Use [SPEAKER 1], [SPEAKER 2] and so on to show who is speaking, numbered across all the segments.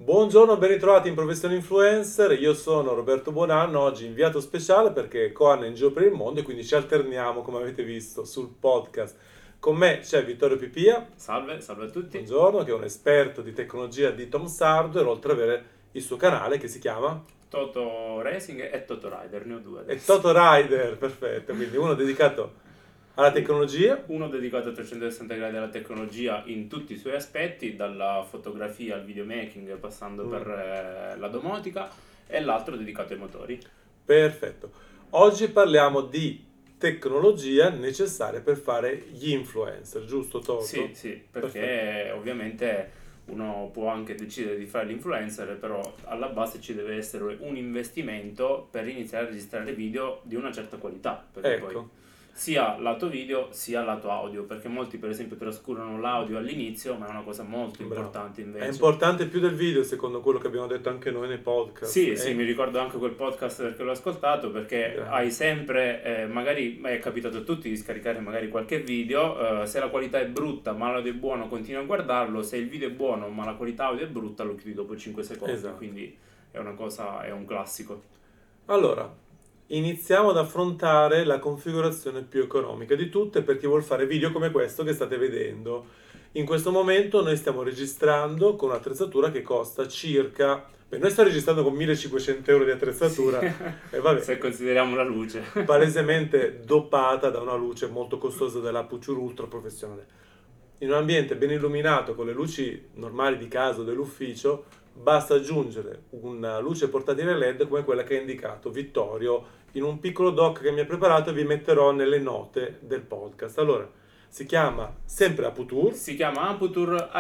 [SPEAKER 1] Buongiorno, ben ritrovati in Professione Influencer. Io sono Roberto Buonanno, oggi inviato speciale perché Coan è in giro per il mondo e quindi ci alterniamo, come avete visto, sul podcast. Con me c'è Vittorio Pipia,
[SPEAKER 2] Salve a tutti.
[SPEAKER 1] buongiorno, che è un esperto di tecnologia di Tom Hardware, oltre ad avere il suo canale che si chiama
[SPEAKER 2] Toto Racing e Toto Rider, ne ho due
[SPEAKER 1] è
[SPEAKER 2] adesso.
[SPEAKER 1] Toto Rider, perfetto, quindi uno dedicato alla tecnologia.
[SPEAKER 2] Uno dedicato a 360 gradi alla tecnologia in tutti i suoi aspetti, dalla fotografia al videomaking passando per la domotica, e l'altro dedicato ai motori.
[SPEAKER 1] Perfetto. Oggi parliamo di tecnologia necessaria per fare gli influencer, giusto Toto?
[SPEAKER 2] Sì, perché
[SPEAKER 1] Perfetto.
[SPEAKER 2] ovviamente uno può anche decidere di fare l'influencer, però alla base ci deve essere un investimento per iniziare a registrare video di una certa qualità, perché poi
[SPEAKER 1] Ecco,
[SPEAKER 2] sia lato video sia lato audio, perché molti per esempio trascurano l'audio all'inizio, ma è una cosa molto
[SPEAKER 1] bravo.
[SPEAKER 2] importante
[SPEAKER 1] È
[SPEAKER 2] invece.
[SPEAKER 1] importante più del video, secondo quello che abbiamo detto anche noi nei podcast.
[SPEAKER 2] Sì, mi ricordo anche quel podcast perché l'ho ascoltato, perché
[SPEAKER 1] Grande.
[SPEAKER 2] hai sempre, magari è capitato a tutti di scaricare magari qualche video, se la qualità è brutta ma l'audio è buono continui a guardarlo, se il video è buono ma la qualità audio è brutta lo chiudi dopo 5 secondi,
[SPEAKER 1] Esatto.
[SPEAKER 2] quindi è una cosa, è un classico.
[SPEAKER 1] Allora, iniziamo ad affrontare la configurazione più economica di tutte per chi vuol fare video come questo che state vedendo. In questo momento noi stiamo registrando con un'attrezzatura che costa circa... Beh, noi stiamo registrando con 1500 euro di
[SPEAKER 2] Sì,
[SPEAKER 1] attrezzatura e vabbè,
[SPEAKER 2] se consideriamo la luce.
[SPEAKER 1] palesemente dopata da una luce molto costosa della Pucciur Ultra professionale. In un ambiente ben illuminato con le luci normali di casa o dell'ufficio, basta aggiungere una luce portatile LED come quella che ha indicato Vittorio in un piccolo doc che mi ha preparato e vi metterò nelle note del podcast. Allora, si chiama sempre Aputur.
[SPEAKER 2] Si chiama Aputur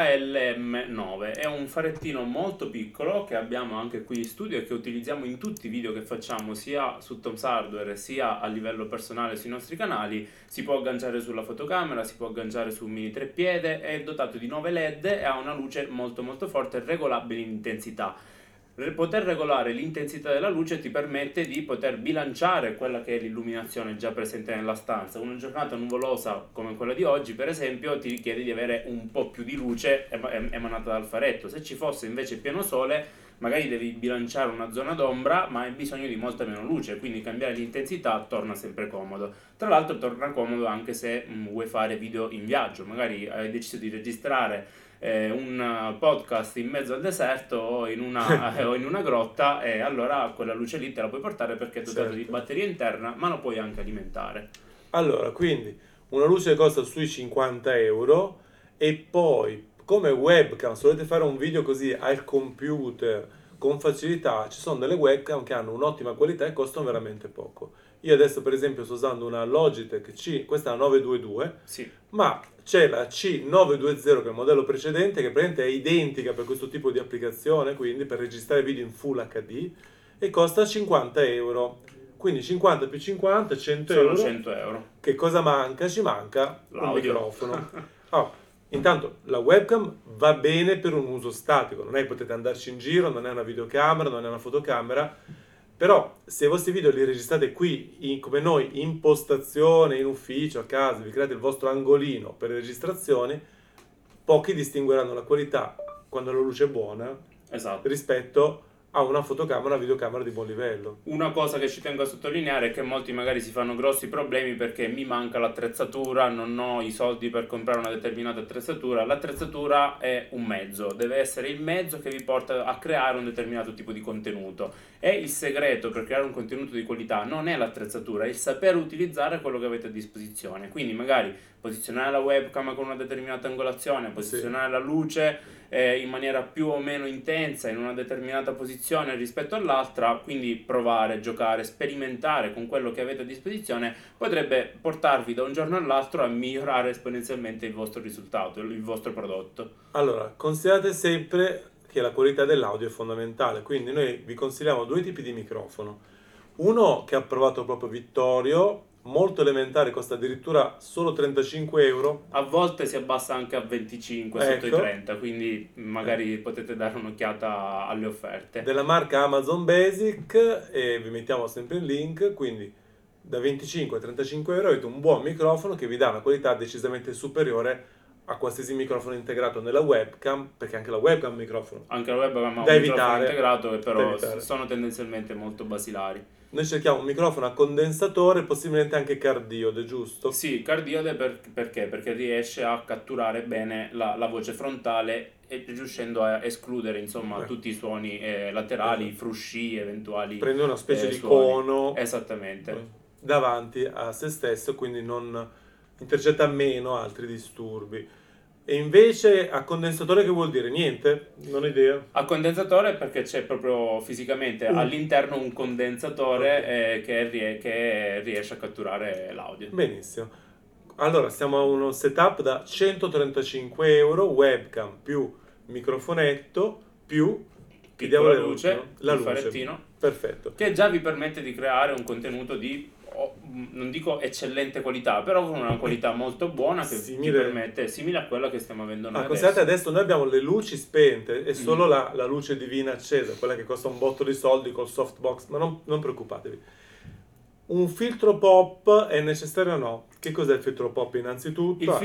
[SPEAKER 2] ALM9, è un farettino molto piccolo che abbiamo anche qui in studio e che utilizziamo in tutti i video che facciamo sia su Tom's Hardware sia a livello personale sui nostri canali. Si può agganciare sulla fotocamera, si può agganciare su un mini treppiede, è dotato di 9 LED e ha una luce molto forte e regolabile in intensità. Poter regolare l'intensità della luce ti permette di poter bilanciare quella che è l'illuminazione già presente nella stanza. Una giornata nuvolosa come quella di oggi, per esempio, ti richiede di avere un po' più di luce emanata dal faretto. Se ci fosse invece pieno sole, magari devi bilanciare una zona d'ombra, ma hai bisogno di molta meno luce, quindi cambiare l'intensità torna sempre comodo. Tra l'altro torna comodo anche se vuoi fare video in viaggio, magari hai deciso di registrare un podcast in mezzo al deserto o in una grotta, e allora quella luce lì te la puoi portare perché è dotata di
[SPEAKER 1] Certo.
[SPEAKER 2] batteria interna, ma la puoi anche alimentare.
[SPEAKER 1] Allora, quindi una luce che costa sui 50 euro e poi come webcam, se volete fare un video così al computer con facilità, ci sono delle webcam che hanno un'ottima qualità e costano veramente poco. Io adesso per esempio sto usando una Logitech C, questa è la 922,
[SPEAKER 2] Sì,
[SPEAKER 1] ma c'è la C920 che è il modello precedente che praticamente è identica per questo tipo di applicazione, quindi per registrare video in Full HD e costa 50 euro. Quindi 50 più 50, 100
[SPEAKER 2] sono
[SPEAKER 1] euro.
[SPEAKER 2] 100 euro.
[SPEAKER 1] Che cosa manca? Ci manca un
[SPEAKER 2] L'audio.
[SPEAKER 1] microfono. Oh, intanto la webcam va bene per un uso statico, non è che potete andarci in giro, non è una videocamera, non è una fotocamera, però se i vostri video li registrate qui, come noi, in postazione, in ufficio, a casa, vi create il vostro angolino per le registrazioni, pochi distingueranno la qualità quando la luce è buona
[SPEAKER 2] Esatto.
[SPEAKER 1] rispetto a una fotocamera, una videocamera di buon livello.
[SPEAKER 2] Una cosa che ci tengo a sottolineare è che molti magari si fanno grossi problemi perché mi manca l'attrezzatura, non ho i soldi per comprare una determinata attrezzatura. L'attrezzatura è un mezzo, deve essere il mezzo che vi porta a creare un determinato tipo di contenuto. E il segreto per creare un contenuto di qualità non è l'attrezzatura, è il saper utilizzare quello che avete a disposizione. Quindi magari posizionare la webcam con una determinata angolazione,
[SPEAKER 1] Sì.
[SPEAKER 2] posizionare la luce in maniera più o meno intensa in una determinata posizione rispetto all'altra, quindi provare, giocare, sperimentare con quello che avete a disposizione potrebbe portarvi da un giorno all'altro a migliorare esponenzialmente il vostro risultato, il vostro prodotto.
[SPEAKER 1] Allora, considerate sempre che la qualità dell'audio è fondamentale, quindi noi vi consigliamo due tipi di microfono. Uno che ha provato proprio Vittorio, molto elementare, costa addirittura solo 35 euro.
[SPEAKER 2] A volte si abbassa anche a 25 sotto i
[SPEAKER 1] Ecco,
[SPEAKER 2] 30, quindi magari potete dare un'occhiata alle offerte.
[SPEAKER 1] della marca Amazon Basic e vi mettiamo sempre il link, quindi da 25 a 35 euro avete un buon microfono che vi dà una qualità decisamente superiore a qualsiasi microfono integrato nella webcam, perché anche la webcam è un microfono.
[SPEAKER 2] Anche la webcam ha un
[SPEAKER 1] Da
[SPEAKER 2] microfono
[SPEAKER 1] evitare.
[SPEAKER 2] integrato, che
[SPEAKER 1] Da
[SPEAKER 2] però
[SPEAKER 1] evitare.
[SPEAKER 2] sono tendenzialmente molto basilari.
[SPEAKER 1] Noi cerchiamo un microfono a condensatore, possibilmente anche cardiode, giusto?
[SPEAKER 2] Sì, cardiode perché? Perché riesce a catturare bene la voce frontale e riuscendo a escludere insomma tutti i suoni laterali,
[SPEAKER 1] Esatto.
[SPEAKER 2] frusci, eventuali
[SPEAKER 1] Prende una specie di
[SPEAKER 2] suoni.
[SPEAKER 1] cono
[SPEAKER 2] Esattamente.
[SPEAKER 1] davanti a se stesso, quindi non intercetta meno altri disturbi. E invece a condensatore che vuol dire? Niente? Non ho idea.
[SPEAKER 2] A condensatore perché c'è proprio fisicamente all'interno un condensatore che riesce a catturare l'audio.
[SPEAKER 1] Benissimo. Allora, siamo a uno setup da 135 euro, webcam più microfonetto più
[SPEAKER 2] Piccola
[SPEAKER 1] chiediamo
[SPEAKER 2] luce,
[SPEAKER 1] la
[SPEAKER 2] il
[SPEAKER 1] luce.
[SPEAKER 2] farettino,
[SPEAKER 1] Perfetto.
[SPEAKER 2] che già vi permette di creare un contenuto di, non dico eccellente qualità, però con una qualità molto buona che ti permette, simile a quella che stiamo avendo noi
[SPEAKER 1] Considerate
[SPEAKER 2] adesso.
[SPEAKER 1] adesso noi abbiamo le luci spente e solo la luce divina accesa, quella che costa un botto di soldi col softbox, ma non preoccupatevi. Un filtro pop è necessario o no? Che cos'è il filtro pop innanzitutto?
[SPEAKER 2] Il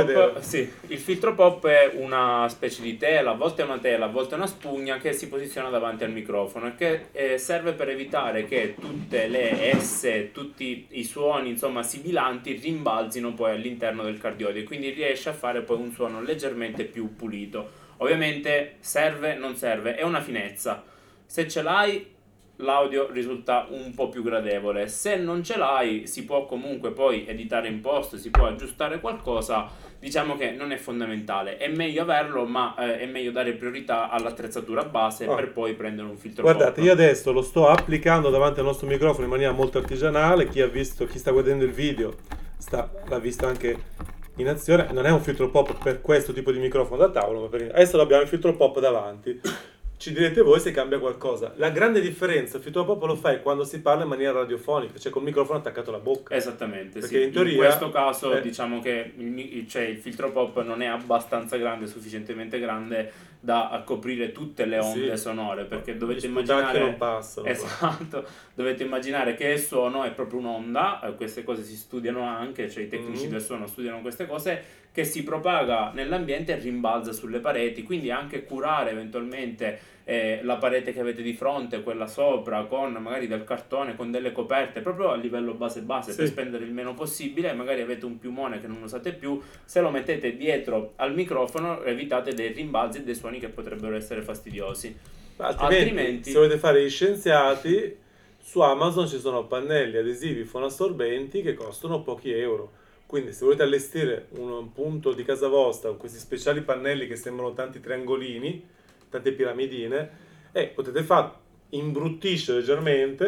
[SPEAKER 2] filtro pop è una specie di tela, a volte è una tela, a volte è una spugna che si posiziona davanti al microfono e che serve per evitare che tutte le S, tutti i suoni insomma sibilanti rimbalzino poi all'interno del cardioide, quindi riesce a fare poi un suono leggermente più pulito. Ovviamente serve, non serve, è una finezza. Se ce l'hai l'audio risulta un po' più gradevole, se non ce l'hai si può comunque poi editare in post, si può aggiustare qualcosa, diciamo che non è fondamentale, è meglio averlo ma è meglio dare priorità all'attrezzatura base per poi prendere un filtro
[SPEAKER 1] Guardate,
[SPEAKER 2] pop.
[SPEAKER 1] io adesso lo sto applicando davanti al nostro microfono in maniera molto artigianale, chi sta guardando il video l'ha visto anche in azione, non è un filtro pop per questo tipo di microfono da tavolo, ma adesso abbiamo il filtro pop davanti. Ci direte voi se cambia qualcosa. La grande differenza, il filtro pop lo fai quando si parla in maniera radiofonica, cioè col microfono attaccato alla bocca.
[SPEAKER 2] Esattamente,
[SPEAKER 1] perché
[SPEAKER 2] sì.
[SPEAKER 1] in teoria,
[SPEAKER 2] in questo caso diciamo che il filtro pop non è abbastanza grande, sufficientemente grande da coprire tutte le onde sonore, perché dovete immaginare
[SPEAKER 1] non passano.
[SPEAKER 2] esatto, dovete immaginare che il suono è proprio un'onda, queste cose si studiano anche, cioè i tecnici del suono studiano queste cose, che si propaga nell'ambiente e rimbalza sulle pareti, quindi anche curare eventualmente la parete che avete di fronte, quella sopra, con magari del cartone, con delle coperte, proprio a livello base per spendere il meno possibile. Magari avete un piumone che non usate più, se lo mettete dietro al microfono evitate dei rimbalzi e dei suoni che potrebbero essere fastidiosi. Altrimenti
[SPEAKER 1] se volete fare gli scienziati, su Amazon ci sono pannelli adesivi fonoassorbenti che costano pochi euro. Quindi se volete allestire un punto di casa vostra con questi speciali pannelli che sembrano tanti triangolini, tante piramidine, potete fare imbruttisce leggermente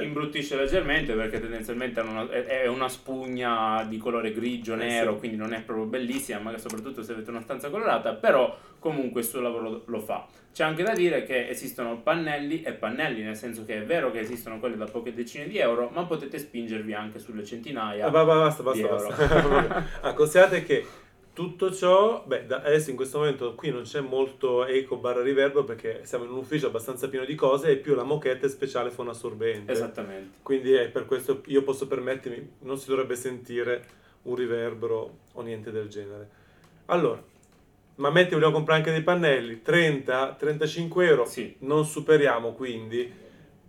[SPEAKER 2] perché tendenzialmente è una spugna di colore grigio, nero, quindi non è proprio bellissima, ma soprattutto se avete una stanza colorata, però comunque il suo lavoro lo fa. C'è anche da dire che esistono pannelli e pannelli, nel senso che è vero che esistono quelli da poche decine di euro, ma potete spingervi anche sulle centinaia di euro.
[SPEAKER 1] Considerate che tutto ciò, adesso in questo momento qui non c'è molto eco / riverbero perché siamo in un ufficio abbastanza pieno di cose e più la moquette speciale fonoassorbente.
[SPEAKER 2] Esattamente.
[SPEAKER 1] Quindi è per questo io posso permettermi, non si dovrebbe sentire un riverbero o niente del genere. Allora, ma vogliamo comprare anche dei pannelli? 30-35 euro?
[SPEAKER 2] Sì.
[SPEAKER 1] Non superiamo quindi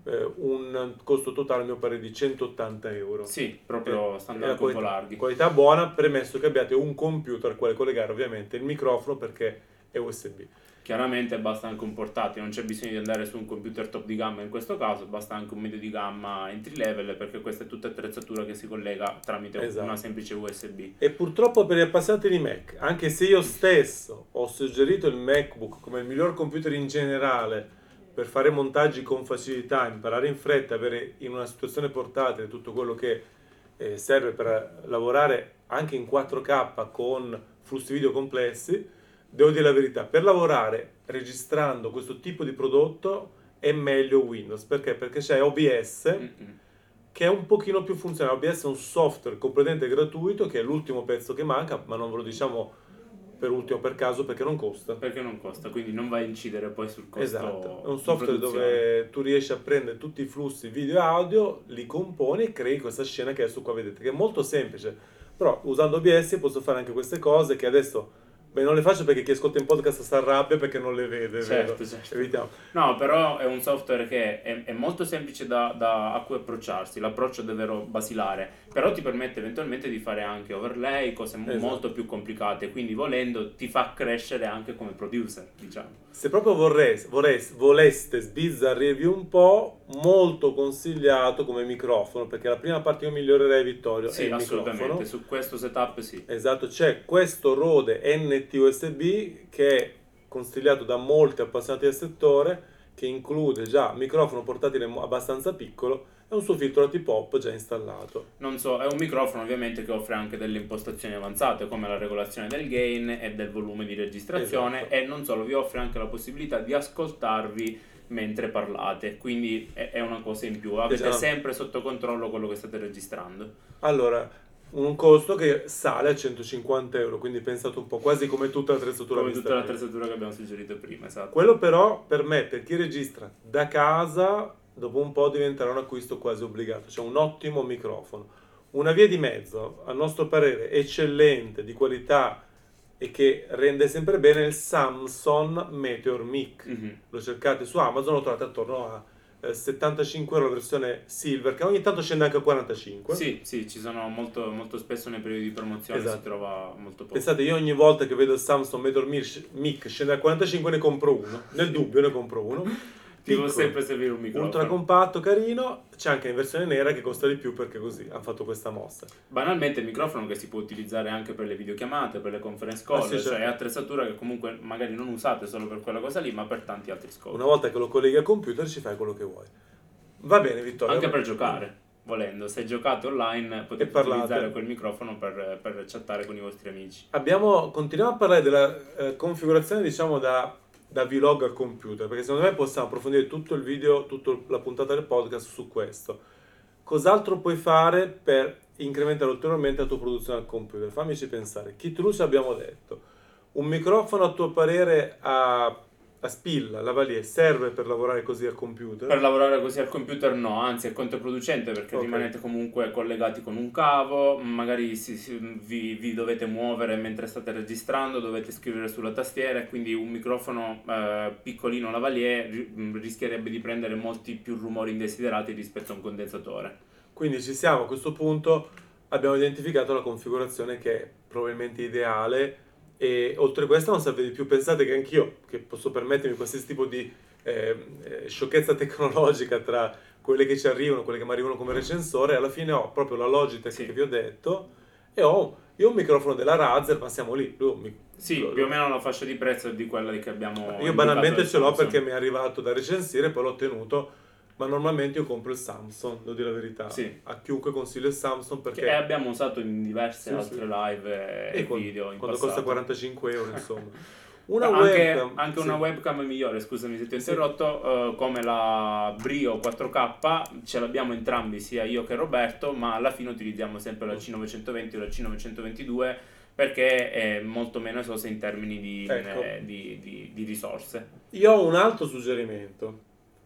[SPEAKER 1] un costo totale a mio parere di 180 euro.
[SPEAKER 2] Sì, proprio stando anche un po' larghi.
[SPEAKER 1] Qualità buona, premesso che abbiate un computer al quale collegare ovviamente il microfono perché è USB.
[SPEAKER 2] Chiaramente basta anche un portatile, non c'è bisogno di andare su un computer top di gamma in questo caso, basta anche un medio di gamma entry level, perché questa è tutta attrezzatura che si collega tramite una semplice USB.
[SPEAKER 1] E purtroppo per gli appassionati di Mac, anche se io stesso ho suggerito il MacBook come il miglior computer in generale per fare montaggi con facilità, imparare in fretta, avere in una situazione portatile tutto quello che serve per lavorare anche in 4K con flussi video complessi, devo dire la verità, per lavorare registrando questo tipo di prodotto è meglio Windows. Perché? Perché c'è OBS che è un pochino più funzionale. OBS è un software completamente gratuito che è l'ultimo pezzo che manca, ma non ve lo diciamo per ultimo per caso perché non costa.
[SPEAKER 2] Perché non costa, quindi non va a incidere poi sul costo.
[SPEAKER 1] Esatto, è un software dove tu riesci a prendere tutti i flussi video e audio, li componi e crei questa scena che adesso qua vedete, che è molto semplice. Però usando OBS posso fare anche queste cose che adesso Beh, non le faccio perché chi ascolta in podcast si arrabbia perché non le vede,
[SPEAKER 2] Certo,
[SPEAKER 1] vero?
[SPEAKER 2] certo.
[SPEAKER 1] Evitiamo.
[SPEAKER 2] No, però è un software che è molto semplice a cui approcciarsi, l'approccio è davvero basilare, però ti permette eventualmente di fare anche overlay, cose
[SPEAKER 1] Esatto.
[SPEAKER 2] molto più complicate, quindi volendo ti fa crescere anche come producer, diciamo.
[SPEAKER 1] Se proprio voleste sbizzarrirvi un po', molto consigliato come microfono, perché la prima parte io migliorerei, Vittorio, è
[SPEAKER 2] Sì,
[SPEAKER 1] il
[SPEAKER 2] assolutamente,
[SPEAKER 1] microfono.
[SPEAKER 2] su questo setup sì.
[SPEAKER 1] Esatto, c'è questo Rode NT USB che è consigliato da molti appassionati del settore, che include già microfono portatile abbastanza piccolo e un suo filtro anti-pop già installato.
[SPEAKER 2] Non so, è un microfono ovviamente che offre anche delle impostazioni avanzate come la regolazione del gain e del volume di registrazione,
[SPEAKER 1] Esatto.
[SPEAKER 2] e non solo, vi offre anche la possibilità di ascoltarvi mentre parlate, quindi è una cosa in più, avete
[SPEAKER 1] Esatto.
[SPEAKER 2] sempre sotto controllo quello che state registrando.
[SPEAKER 1] Allora, un costo che sale a 150 euro, quindi pensate un po', quasi come tutta l'attrezzatura
[SPEAKER 2] Come
[SPEAKER 1] vista
[SPEAKER 2] tutta
[SPEAKER 1] prima.
[SPEAKER 2] l'attrezzatura che abbiamo suggerito prima, esatto.
[SPEAKER 1] Quello però permette chi registra da casa, dopo un po' diventerà un acquisto quasi obbligato, cioè un ottimo microfono. Una via di mezzo, a nostro parere, eccellente, di qualità e che rende sempre bene, è il Samsung Meteor Mic.
[SPEAKER 2] Mhm.
[SPEAKER 1] Lo cercate su Amazon, lo trovate attorno a 75 euro la versione Silver, che ogni tanto scende anche a 45.
[SPEAKER 2] Sì, sì, ci sono molto spesso nei periodi di promozione,
[SPEAKER 1] Esatto.
[SPEAKER 2] si trova molto poco.
[SPEAKER 1] Pensate, io ogni volta che vedo il Samsung Meteor Mic scende a 45 ne compro uno, nel dubbio ne compro uno.
[SPEAKER 2] Ti può
[SPEAKER 1] Piccolo,
[SPEAKER 2] sempre servire un microfono.
[SPEAKER 1] ultra compatto, carino, c'è anche in versione nera che costa di più perché così hanno fatto questa mossa.
[SPEAKER 2] Banalmente il microfono che si può utilizzare anche per le videochiamate, per le conference call,
[SPEAKER 1] Ah, sì,
[SPEAKER 2] cioè
[SPEAKER 1] certo.
[SPEAKER 2] è attrezzatura che comunque magari non usate solo per quella cosa lì, ma per tanti altri scopi.
[SPEAKER 1] Una volta che lo colleghi al computer ci fai quello che vuoi. Va bene, Vittorio.
[SPEAKER 2] Anche per giocare, volendo. Se giocate online potete
[SPEAKER 1] parlate.
[SPEAKER 2] utilizzare quel microfono per chattare con i vostri amici.
[SPEAKER 1] Continuiamo a parlare della configurazione, diciamo, da vlog al computer, perché secondo me possiamo approfondire tutto il video, tutta la puntata del podcast su questo. Cos'altro puoi fare per incrementare ulteriormente la tua produzione al computer? Fammici pensare. Kit Luce abbiamo detto. Un microfono, a tuo parere, a spilla, lavalier, serve per lavorare così al computer?
[SPEAKER 2] Per lavorare così al computer no, anzi è controproducente perché
[SPEAKER 1] Ok.
[SPEAKER 2] rimanete comunque collegati con un cavo, magari vi dovete muovere mentre state registrando, dovete scrivere sulla tastiera, e quindi un microfono piccolino lavalier rischierebbe di prendere molti più rumori indesiderati rispetto a un condensatore.
[SPEAKER 1] Quindi ci siamo, a questo punto abbiamo identificato la configurazione che è probabilmente ideale, e oltre a questo non serve di più. Pensate che anch'io, che posso permettermi qualsiasi tipo di sciocchezza tecnologica tra quelle che ci arrivano, quelle che mi arrivano come recensore, alla fine ho proprio la Logitech
[SPEAKER 2] Sì.
[SPEAKER 1] che vi ho detto, e ho un microfono della Razer, ma siamo lì.
[SPEAKER 2] Sì, più o meno la fascia di prezzo è di quella che abbiamo
[SPEAKER 1] Io
[SPEAKER 2] indicato
[SPEAKER 1] banalmente
[SPEAKER 2] del
[SPEAKER 1] ce l'ho
[SPEAKER 2] Samsung.
[SPEAKER 1] perché mi è arrivato da recensire, poi l'ho tenuto, ma normalmente io compro il Samsung, devo dire la verità.
[SPEAKER 2] Sì.
[SPEAKER 1] A chiunque consiglio il Samsung perché...
[SPEAKER 2] Che abbiamo usato in diverse
[SPEAKER 1] Sì,
[SPEAKER 2] altre
[SPEAKER 1] sì.
[SPEAKER 2] live e video in
[SPEAKER 1] quando
[SPEAKER 2] passato.
[SPEAKER 1] costa 45 euro, insomma. Una
[SPEAKER 2] anche
[SPEAKER 1] webcam,
[SPEAKER 2] anche
[SPEAKER 1] sì.
[SPEAKER 2] una webcam migliore, scusami se ti ho
[SPEAKER 1] Sì.
[SPEAKER 2] interrotto, come la Brio 4K, ce l'abbiamo entrambi, sia io che Roberto, ma alla fine utilizziamo sempre la C920 o la C922 perché è molto meno esosa in termini
[SPEAKER 1] Ecco.
[SPEAKER 2] di risorse.
[SPEAKER 1] Io ho un altro suggerimento.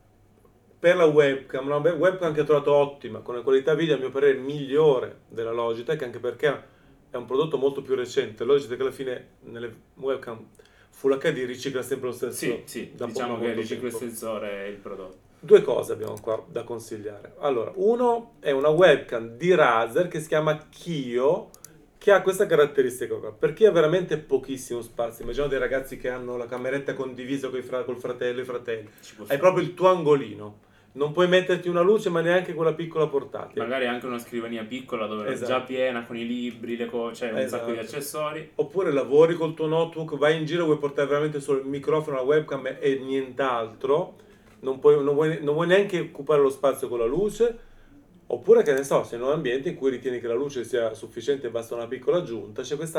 [SPEAKER 1] Per la webcam, una webcam che ho trovato ottima, con una qualità video a mio parere migliore della Logitech, anche perché è un prodotto molto più recente. Logitech alla fine nelle webcam Full HD ricicla sempre lo stesso.
[SPEAKER 2] Sì,
[SPEAKER 1] da
[SPEAKER 2] diciamo che
[SPEAKER 1] molto
[SPEAKER 2] riciclo il
[SPEAKER 1] tempo.
[SPEAKER 2] sensore e il prodotto.
[SPEAKER 1] Due cose abbiamo qua da consigliare. Allora, uno è una webcam di Razer che si chiama Kio, che ha questa caratteristica qua. Per chi ha veramente pochissimo spazio, immagino dei ragazzi che hanno la cameretta condivisa col fratello e i fratelli,
[SPEAKER 2] Ci può
[SPEAKER 1] hai
[SPEAKER 2] stare.
[SPEAKER 1] proprio il tuo angolino. Non puoi metterti una luce, ma neanche quella piccola portatile.
[SPEAKER 2] Magari anche una scrivania piccola dove è
[SPEAKER 1] Esatto.
[SPEAKER 2] già piena con i libri, cioè un sacco di
[SPEAKER 1] Esatto.
[SPEAKER 2] accessori.
[SPEAKER 1] Oppure lavori col tuo notebook, vai in giro, vuoi portare veramente solo il microfono, la webcam e nient'altro, non vuoi neanche occupare lo spazio con la luce. Oppure, che ne so, sei in un ambiente in cui ritieni che la luce sia sufficiente e basta una piccola aggiunta, c'è questa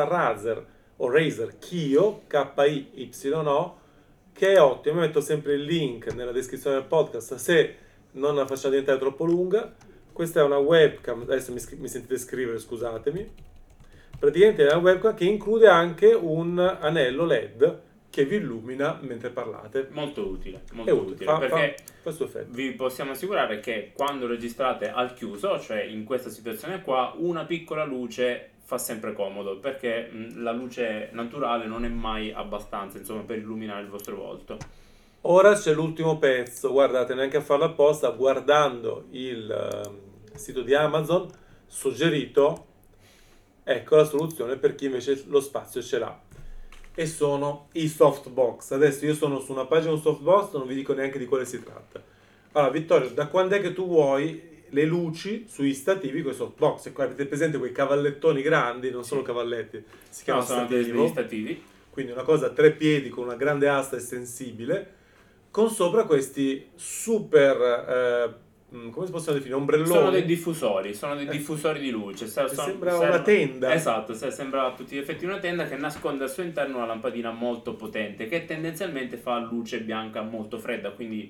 [SPEAKER 1] Razer Kio, K-I-Y-O, che è ottima. Metto sempre il link nella descrizione del podcast se non la facciamo diventare troppo lunga. Questa è una webcam, adesso mi sentite scrivere, scusatemi. Praticamente è una webcam che include anche un anello LED che vi illumina mentre parlate.
[SPEAKER 2] Molto utile,
[SPEAKER 1] È
[SPEAKER 2] molto
[SPEAKER 1] utile,
[SPEAKER 2] utile,
[SPEAKER 1] fa
[SPEAKER 2] perché
[SPEAKER 1] questo effetto.
[SPEAKER 2] vi possiamo assicurare che quando registrate al chiuso, cioè in questa situazione qua, una piccola luce fa sempre comodo, perché la luce naturale non è mai abbastanza, insomma, per illuminare il vostro volto.
[SPEAKER 1] Ora c'è l'ultimo pezzo, guardate, neanche a farlo apposta, guardando il sito di Amazon, suggerito, ecco la soluzione per chi invece lo spazio ce l'ha. E sono i softbox. Adesso io sono su una pagina di un softbox, non vi dico neanche di quale si tratta. Allora, Vittorio, da quando è che tu vuoi le luci sui stativi con i softbox? Ecco, avete presente quei cavallettoni grandi? Non sono cavalletti, si
[SPEAKER 2] No,
[SPEAKER 1] chiama
[SPEAKER 2] sono
[SPEAKER 1] stativo.
[SPEAKER 2] degli stativi.
[SPEAKER 1] Quindi una cosa a 3 piedi con una grande asta estensibile, con sopra questi super, come si possono definire, ombrelloni.
[SPEAKER 2] Sono dei diffusori di luce.
[SPEAKER 1] Sembra una tenda.
[SPEAKER 2] Esatto, sembra a tutti gli effetti una tenda che nasconde al suo interno una lampadina molto potente che tendenzialmente fa luce bianca molto fredda, quindi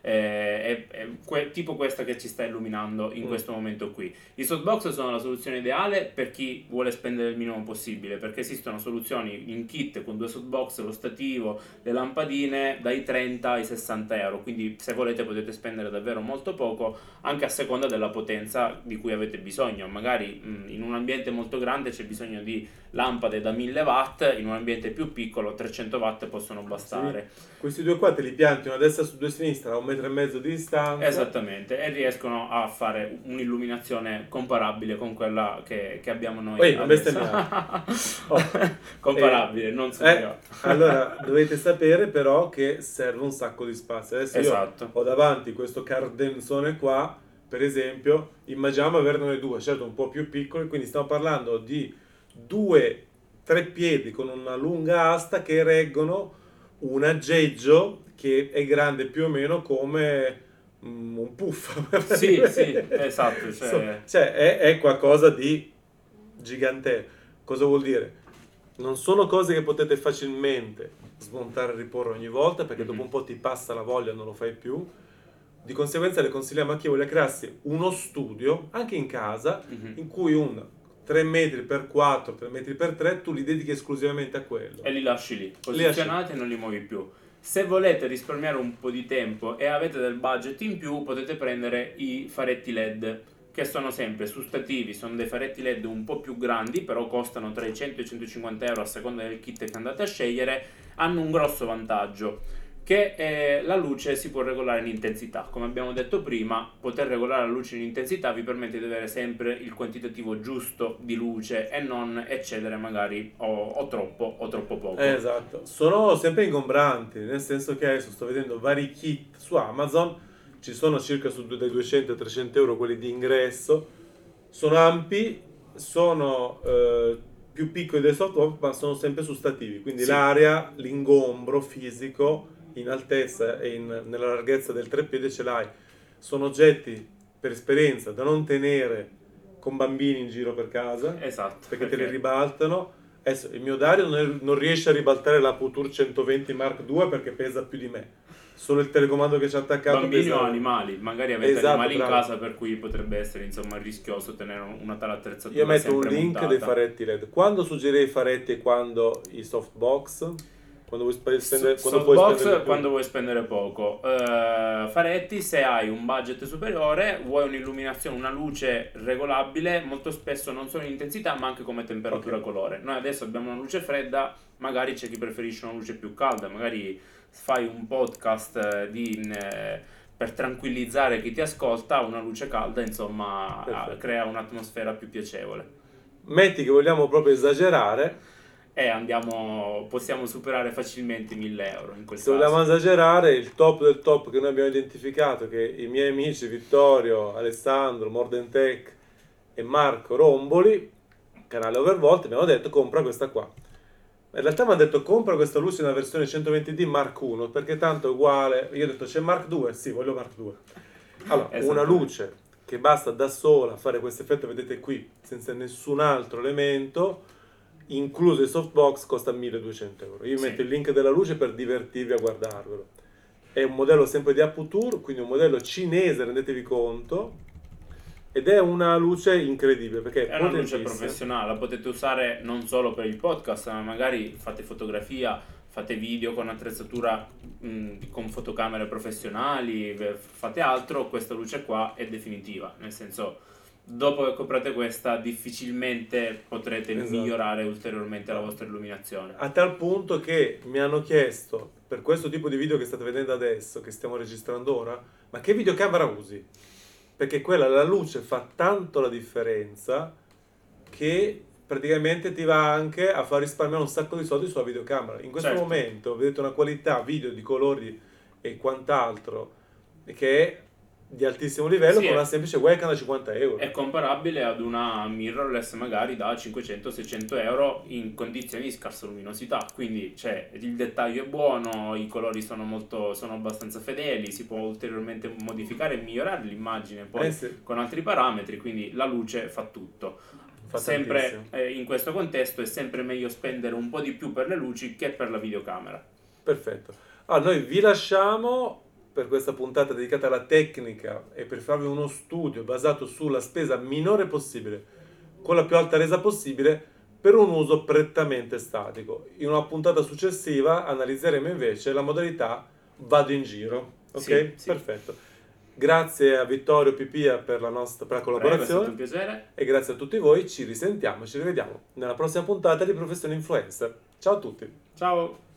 [SPEAKER 2] tipo questa che ci sta illuminando in questo momento qui. I softbox sono la soluzione ideale per chi vuole spendere il minimo possibile, perché esistono soluzioni in kit con 2 softbox, lo stativo, le lampadine dai 30 ai 60 euro, quindi se volete potete spendere davvero molto poco, anche a seconda della potenza di cui avete bisogno. Magari in un ambiente molto grande c'è bisogno di lampade da 1000 watt, in un ambiente più piccolo 300 watt possono bastare.
[SPEAKER 1] Sì. Questi due qua te li pianti una a destra su due a sinistra a 1,5 metri di distanza.
[SPEAKER 2] Esattamente, e riescono a fare un'illuminazione comparabile con quella che abbiamo noi
[SPEAKER 1] Poi non
[SPEAKER 2] adesso. Comparabile, non superiore.
[SPEAKER 1] Allora, dovete sapere però che serve un sacco di spazio. Adesso
[SPEAKER 2] Esatto.
[SPEAKER 1] io ho davanti questo cardenzone qua, per esempio, immaginiamo averne due, certo un po' più piccoli, quindi stiamo parlando di 2-3 piedi con una lunga asta che reggono un aggeggio che è grande più o meno come un puff.
[SPEAKER 2] Sì, esatto.
[SPEAKER 1] Cioè è qualcosa di gigantesco. Cosa vuol dire? Non sono cose che potete facilmente smontare e riporre ogni volta, perché dopo un po' ti passa la voglia e non lo fai più. Di conseguenza le consigliamo a chi vuole crearsi uno studio, anche in casa, in cui un 3 metri per 4, 3 metri per 3, tu li dedichi esclusivamente a quello.
[SPEAKER 2] E li lasci lì, posizionati e non li muovi più. Se volete risparmiare un po' di tempo e avete del budget in più, potete prendere i faretti LED, che sono sempre su stativi, sono dei faretti LED un po' più grandi, però costano tra i 100 e i 150 euro a seconda del kit che andate a scegliere. Hanno un grosso vantaggio, che la luce si può regolare in intensità. Come abbiamo detto prima, poter regolare la luce in intensità vi permette di avere sempre il quantitativo giusto di luce e non eccedere magari o troppo poco.
[SPEAKER 1] Esatto, sono sempre ingombranti, nel senso che adesso sto vedendo vari kit su Amazon, ci sono circa dai 200 ai 300 euro quelli di ingresso, sono ampi, sono più piccoli dei softbox, ma sono sempre su stativi, quindi l'area, l'ingombro fisico in altezza e nella larghezza del treppiede ce l'hai. Sono oggetti per esperienza da non tenere con bambini in giro per casa,
[SPEAKER 2] esatto,
[SPEAKER 1] perché te li ribaltano. Adesso, il mio Dario non riesce a ribaltare la Putur 120 Mark II perché pesa più di me. Solo il telecomando che ci ha attaccato
[SPEAKER 2] bambini
[SPEAKER 1] pesa...
[SPEAKER 2] o animali, magari avete
[SPEAKER 1] Esatto,
[SPEAKER 2] animali
[SPEAKER 1] bravo.
[SPEAKER 2] in casa, per cui potrebbe essere insomma rischioso tenere una tale attrezzatura.
[SPEAKER 1] Io metto un
[SPEAKER 2] sempre
[SPEAKER 1] link
[SPEAKER 2] montata.
[SPEAKER 1] dei faretti LED. Quando suggerirei i faretti e quando i softbox? Quando vuoi spendere,
[SPEAKER 2] Softbox quando vuoi spendere poco. Faretti se hai un budget superiore, vuoi un'illuminazione, una luce regolabile, molto spesso non solo in intensità ma anche come temperatura colore. Noi adesso abbiamo una luce fredda, magari c'è chi preferisce una luce più calda, magari fai un podcast per tranquillizzare chi ti ascolta, una luce calda insomma crea un'atmosfera più piacevole.
[SPEAKER 1] Metti che vogliamo proprio esagerare,
[SPEAKER 2] possiamo superare facilmente 1000 euro in quel
[SPEAKER 1] se
[SPEAKER 2] caso.
[SPEAKER 1] vogliamo esagerare, il top del top che noi abbiamo identificato, che i miei amici Vittorio, Alessandro, Mordentech e Marco Romboli, canale Overvolt, abbiamo detto compra questa qua. In realtà mi hanno detto compra questa luce nella versione 120D Mark 1 perché tanto è uguale. Io ho detto c'è Mark 2? Sì, voglio Mark 2. Allora, una luce che basta da sola fare questo effetto, vedete qui, senza nessun altro elemento, incluso il softbox, costa 1200 euro. Io metto il link della luce per divertirvi a guardarvelo. È un modello sempre di Aputur, quindi un modello cinese, rendetevi conto. Ed è una luce incredibile perché
[SPEAKER 2] è una luce professionale, la potete usare non solo per il podcast, ma magari fate fotografia, fate video con attrezzatura con fotocamere professionali, fate altro, questa luce qua è definitiva, nel senso dopo che comprate questa difficilmente potrete
[SPEAKER 1] Esatto.
[SPEAKER 2] migliorare ulteriormente la vostra illuminazione.
[SPEAKER 1] A tal punto che mi hanno chiesto, per questo tipo di video che state vedendo adesso, che stiamo registrando ora, ma che videocamera usi? Perché quella, la luce fa tanto la differenza che praticamente ti va anche a far risparmiare un sacco di soldi sulla videocamera. In questo
[SPEAKER 2] Certo.
[SPEAKER 1] momento vedete una qualità video di colori e quant'altro che è di altissimo livello
[SPEAKER 2] Sì,
[SPEAKER 1] con
[SPEAKER 2] è-
[SPEAKER 1] una semplice webcam da 50 euro.
[SPEAKER 2] È comparabile ad una mirrorless magari da 500-600 euro in condizioni di scarsa luminosità, quindi cioè, il dettaglio è buono, i colori sono abbastanza fedeli, si può ulteriormente modificare e migliorare l'immagine poi
[SPEAKER 1] Sì,
[SPEAKER 2] con altri parametri, quindi la luce fa tutto.
[SPEAKER 1] fa
[SPEAKER 2] Sempre
[SPEAKER 1] tantissimo.
[SPEAKER 2] in questo contesto è sempre meglio spendere un po' di più per le luci che per la videocamera.
[SPEAKER 1] Perfetto. Allora, noi vi lasciamo per questa puntata dedicata alla tecnica e per farvi uno studio basato sulla spesa minore possibile, con la più alta resa possibile, per un uso prettamente statico. In una puntata successiva analizzeremo invece la modalità vado in giro. Ok?
[SPEAKER 2] Sì, sì.
[SPEAKER 1] Perfetto. Grazie a Vittorio Pipia per la nostra per la
[SPEAKER 2] Prego, è stato un
[SPEAKER 1] collaborazione
[SPEAKER 2] piacere.
[SPEAKER 1] e grazie a tutti voi. Ci risentiamo, ci rivediamo nella prossima puntata di Professione Influencer. Ciao a tutti.
[SPEAKER 2] Ciao!